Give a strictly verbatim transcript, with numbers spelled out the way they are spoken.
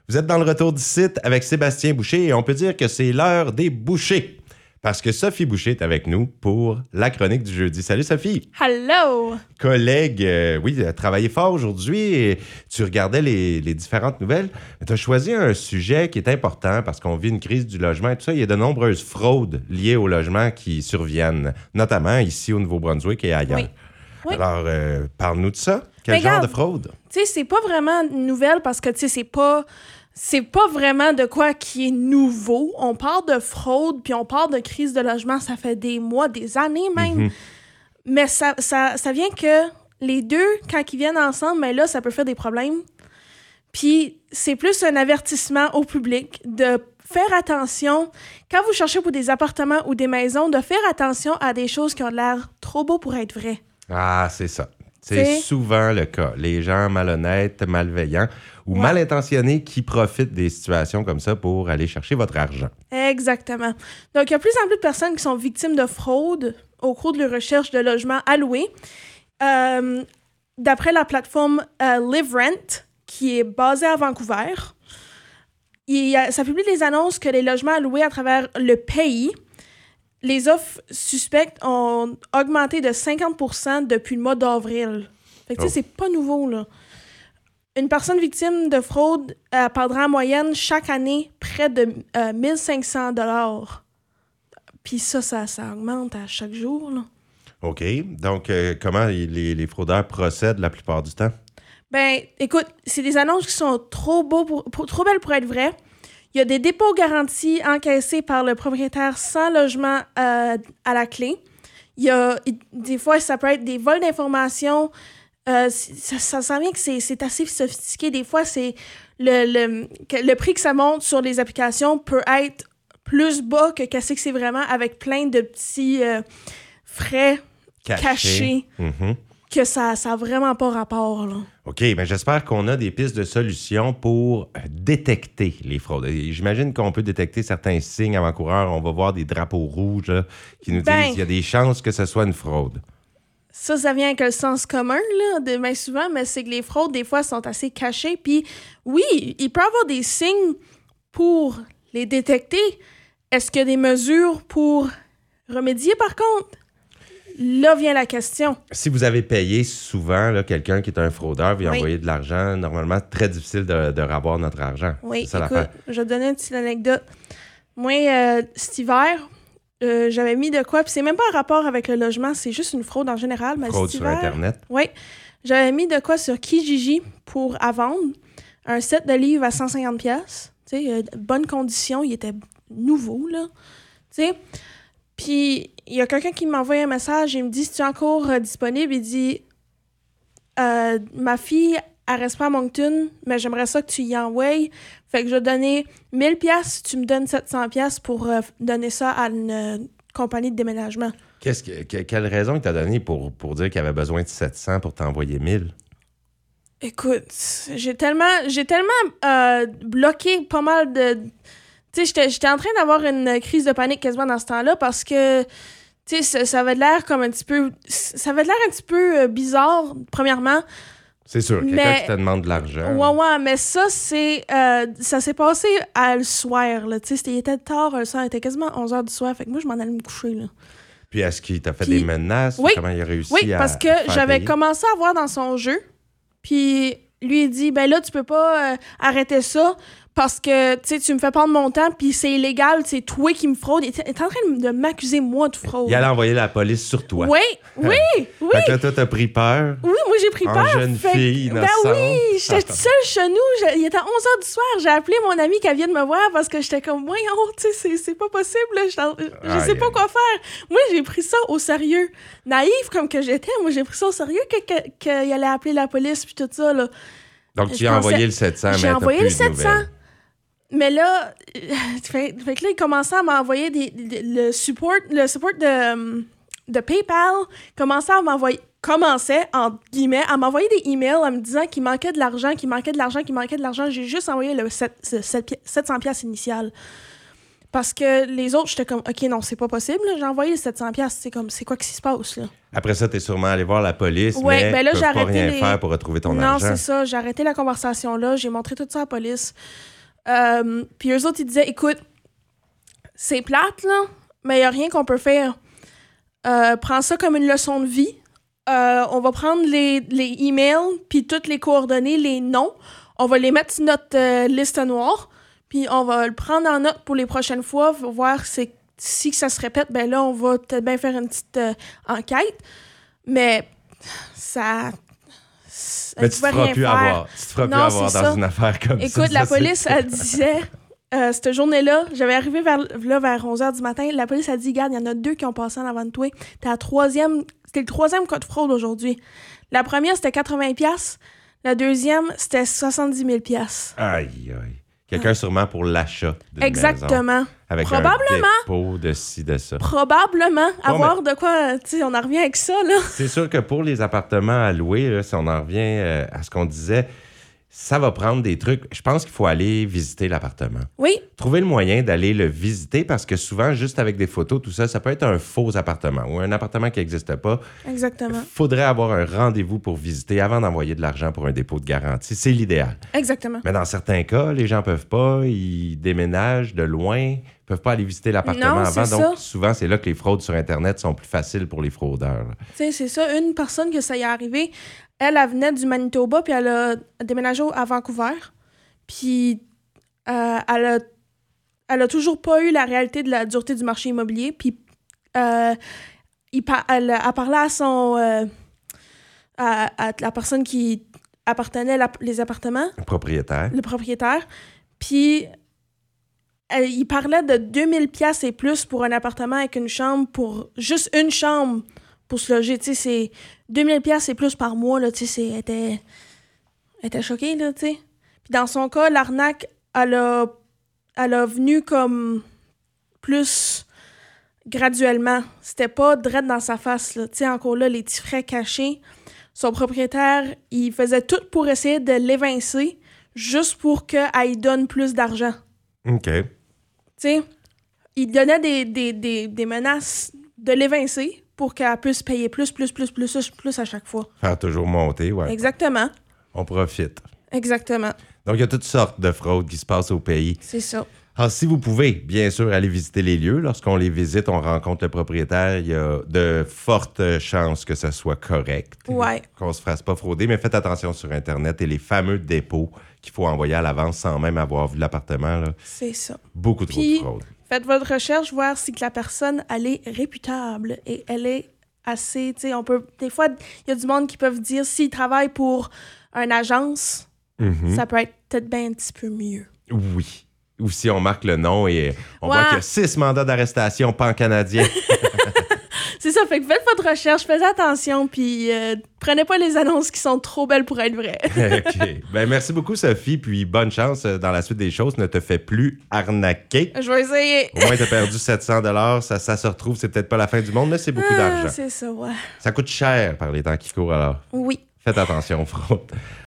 Vous êtes dans le retour du site avec Sébastien Boucher et on peut dire que c'est l'heure des bouchers. Parce que Sophie Boucher est avec nous pour la chronique du jeudi. Salut Sophie! Hello! Collègue, euh, oui, tu as travaillé fort aujourd'hui et tu regardais les, les différentes nouvelles. Tu as choisi un sujet qui est important parce qu'on vit une crise du logement et tout ça. Il y a de nombreuses fraudes liées au logement qui surviennent, notamment ici au Nouveau-Brunswick et ailleurs. Oui. Oui. Alors, euh, parle-nous de ça. Quel Mais genre regarde, de fraude? Tu sais, c'est pas vraiment une nouvelle parce que, tu sais, c'est pas... C'est pas vraiment de quoi qui est nouveau. On parle de fraude, puis on parle de crise de logement, ça fait des mois, des années même. Mm-hmm. Mais ça, ça, ça vient que les deux, quand ils viennent ensemble, mais là, ça peut faire des problèmes. Puis c'est plus un avertissement au public de faire attention, quand vous cherchez pour des appartements ou des maisons, de faire attention à des choses qui ont l'air trop beaux pour être vraies. Ah, c'est ça. C'est T'sais, souvent le cas. Les gens malhonnêtes, malveillants ou ouais. mal intentionnés qui profitent des situations comme ça pour aller chercher votre argent. Exactement. Donc, il y a plus en plus de personnes qui sont victimes de fraude au cours de leur recherche de logements à louer. Euh, d'après la plateforme euh, LiveRent, qui est basée à Vancouver, il, ça publie des annonces que les logements à louer à travers le pays, les offres suspectes ont augmenté de cinquante pour cent depuis le mois d'avril. Fait que, tu sais, oh. c'est pas nouveau, là. Une personne victime de fraude euh, perdra en moyenne chaque année près de euh, mille cinq cents dollars. Puis ça, ça, ça augmente à chaque jour, là. OK. Donc, euh, comment les, les fraudeurs procèdent la plupart du temps? Ben, écoute, c'est des annonces qui sont trop, beaux pour, pour, trop belles pour être vraies. Il y a des dépôts garantis encaissés par le propriétaire sans logement euh, à la clé. Il y a, des fois, ça peut être des vols d'informations. Euh, ça, ça sent bien que c'est, c'est assez sophistiqué. Des fois, c'est le, le, le prix que ça monte sur les applications peut être plus bas que qu'est-ce que c'est vraiment avec plein de petits euh, frais Caché. cachés. Mm-hmm. Que ça n'a vraiment pas rapport, là. OK, bien j'espère qu'on a des pistes de solutions pour détecter les fraudes. Et j'imagine qu'on peut détecter certains signes avant-coureurs. On va voir des drapeaux rouges là, qui nous ben, disent qu'il y a des chances que ce soit une fraude. Ça, ça vient avec le sens commun, là, de bien souvent, mais c'est que les fraudes, des fois, sont assez cachées. Puis oui, il peut y avoir des signes pour les détecter. Est-ce qu'il y a des mesures pour remédier, par contre? Là vient la question. Si vous avez payé souvent là, quelqu'un qui est un fraudeur, vous lui oui. envoyez de l'argent, normalement, c'est très difficile de, de ravoir notre argent. Oui, c'est ça, écoute, l'affaire. Je vais te donner une petite anecdote. Moi, euh, cet hiver, euh, j'avais mis de quoi, puis c'est même pas un rapport avec le logement, c'est juste une fraude en général. Mais fraude cet sur hiver, Internet? Oui. J'avais mis de quoi sur Kijiji pour à vendre. Un set de livres à cent cinquante dollars. Tu sais, euh, bonne condition, il était nouveau, là. Tu sais. Puis, il y a quelqu'un qui m'envoie un message, il me dit, si tu es encore euh, disponible, il dit, euh, ma fille, elle reste pas à Moncton, mais j'aimerais ça que tu y envoies. Fait que je vais donner mille dollars si tu me donnes sept cents dollars pour euh, donner ça à une euh, compagnie de déménagement. Qu'est-ce que, que, quelle raison il t'a donné pour, pour dire qu'il avait besoin de sept cents pour t'envoyer mille? Écoute, j'ai tellement, j'ai tellement euh, bloqué pas mal de... Tu sais, j'étais, j'étais en train d'avoir une crise de panique quasiment dans ce temps-là parce que, tu sais, ça, ça avait l'air comme un petit peu... Ça avait l'air un petit peu euh, bizarre, premièrement. C'est sûr, quelqu'un mais, qui te demande de l'argent. Ouais, ouais, mais ça, c'est... Euh, ça s'est passé à le soir, là. Tu sais, c'était, il était tard, le soir, il était quasiment onze heures du soir, fait que moi, je m'en allais me coucher, là. Puis est-ce qu'il t'a fait puis, des menaces? Oui, comment il a réussi oui, à parce que à faire j'avais payer? commencé à voir dans son jeu, puis lui, il dit, ben là, tu peux pas euh, arrêter ça parce que, tu sais, tu me fais prendre mon temps, puis c'est illégal, c'est toi qui me fraude. Il est en train de m'accuser, moi, de fraude. Il allait envoyer la police sur toi. Oui, oui, oui. Fait que là, toi, t'as pris peur. Oui, moi, j'ai pris en peur. jeune fait, fille innocente. Ben oui, j'étais seule chez nous. Je, il était onze heures du soir. J'ai appelé mon amie qui vient de me voir parce que j'étais comme, voyons, tu sais, c'est, c'est pas possible. Là. Je, je sais aïe, pas quoi faire. Moi, j'ai pris ça au sérieux. Naïve comme que j'étais, moi, j'ai pris ça au sérieux qu'il que, que allait appeler la police puis tout ça, là. Donc, tu as envoyé le sept cents, j'ai mais envoyé t'as le plus sept cents. de nouvelles. Mais là, fait, fait que là, il commençait à m'envoyer des, des, le support, le support de, de PayPal, commençait à m'envoyer, commençait, en guillemets, à m'envoyer des emails en me disant qu'il manquait de l'argent, qu'il manquait de l'argent, qu'il manquait de l'argent. J'ai juste envoyé le sept cents dollars initial. Parce que les autres, j'étais comme, OK, non, c'est pas possible. là. J'ai envoyé les sept cents piastres. C'est comme, c'est quoi qui se passe, là? Après ça, t'es sûrement allé voir la police, Ouais, mais ben là, peuvent j'ai pas arrêté rien les- faire pour retrouver ton non, argent. c'est ça. J'ai arrêté la conversation là. J'ai montré tout ça à la police. Euh, puis eux autres, ils disaient, écoute, c'est plate, là, mais il n'y a rien qu'on peut faire. Euh, prends ça comme une leçon de vie. Euh, on va prendre les, les emails, puis toutes les coordonnées, les noms. On va les mettre sur notre euh, liste noire, puis on va le prendre en note pour les prochaines fois, pour voir c'est, si ça se répète. Ben là, on va peut-être bien faire une petite euh, enquête. Mais ça... Mais tu te feras plus avoir. Tu te feras plus Non, avoir c'est dans ça. une affaire comme ça. Écoute, la ça, police, c'est- elle disait, euh, cette journée-là, j'avais arrivé vers, là, vers onze heures du matin, la police a dit, regarde, il y en a deux qui ont passé en avant de toi. T'es la troisième, c'était le troisième cas de fraude aujourd'hui. La première, c'était quatre-vingts piastres. La deuxième, c'était soixante-dix mille piastres. Aïe, aïe. Quelqu'un sûrement pour l'achat d'une maison. Exactement. Avec Probablement. un dépôt de ci, de ça. Probablement. Avoir de quoi, tu sais, on en revient avec ça, là. C'est sûr que pour les appartements à louer, là, si on en revient euh, à ce qu'on disait, ça va prendre des trucs. Je pense qu'il faut aller visiter l'appartement. Oui, Trouver le moyen d'aller le visiter parce que souvent, juste avec des photos, tout ça, ça peut être un faux appartement ou un appartement qui n'existe pas. exactement. Il faudrait avoir un rendez-vous pour visiter avant d'envoyer de l'argent pour un dépôt de garantie. C'est l'idéal. Exactement. Mais dans certains cas, les gens peuvent pas, ils déménagent de loin, ils peuvent pas aller visiter l'appartement Non, avant. c'est Donc, ça. souvent, c'est là que les fraudes sur Internet sont plus faciles pour les fraudeurs. là. Tu sais, c'est ça. Une personne que ça y est arrivé, elle, elle venait du Manitoba, puis elle a déménagé au- à Vancouver. Puis euh, elle, a, elle a toujours pas eu la réalité de la dureté du marché immobilier. Puis euh, il par- elle a parlé à son... euh, à, à la personne qui appartenait la- les appartements, Un propriétaire. le propriétaire. Puis elle- il parlait de deux mille piastres et plus pour un appartement avec une chambre, pour juste une chambre pour se loger. Tu sais, c'est deux mille piastres et plus par mois, là, tu sais, c'est- elle était, elle était choquée, là, tu sais. Puis dans son cas, l'arnaque, elle a, elle a venu comme plus graduellement. C'était pas direct dans sa face, là. Tu sais, encore là, les petits frais cachés. Son propriétaire, il faisait tout pour essayer de l'évincer, juste pour qu'elle y donne plus d'argent. OK. Tu sais, il donnait des, des, des, des menaces de l'évincer pour qu'elle puisse payer plus, plus, plus, plus, plus, plus à chaque fois. Faire toujours monter, ouais. Exactement. On profite. Exactement. Donc, il y a toutes sortes de fraudes qui se passent au pays. C'est ça. Alors, si vous pouvez, bien sûr, aller visiter les lieux. Lorsqu'on les visite, on rencontre le propriétaire. Il y a de fortes chances que ça soit correct. Ouais. Qu'on se fasse pas frauder. Mais faites attention sur Internet et les fameux dépôts qu'il faut envoyer à l'avance sans même avoir vu l'appartement. Là. C'est ça. Beaucoup trop Puis- de fraude. Faites votre recherche, voir si que la personne, elle est réputable et elle est assez, tu sais, on peut, des fois, il y a du monde qui peuvent dire s'ils travaillent pour une agence, Mhm. ça peut être peut-être bien un petit peu mieux. Oui. Ou si on marque le nom et on Ouais. voit qu'il y a six mandats d'arrestation pan-canadiens. C'est ça, fait que faites votre recherche, faites attention, puis euh, prenez pas les annonces qui sont trop belles pour être vraies. OK. Ben, merci beaucoup, Sophie. Puis bonne chance euh, dans la suite des choses. Ne te fais plus arnaquer. Je vais essayer. Au moins, tu as perdu sept cents dollars. Ça, ça se retrouve. C'est peut-être pas la fin du monde, mais c'est beaucoup Ah, d'argent. c'est ça, ouais. Ça coûte cher par les temps qui courent, alors Oui. faites attention aux fraudes.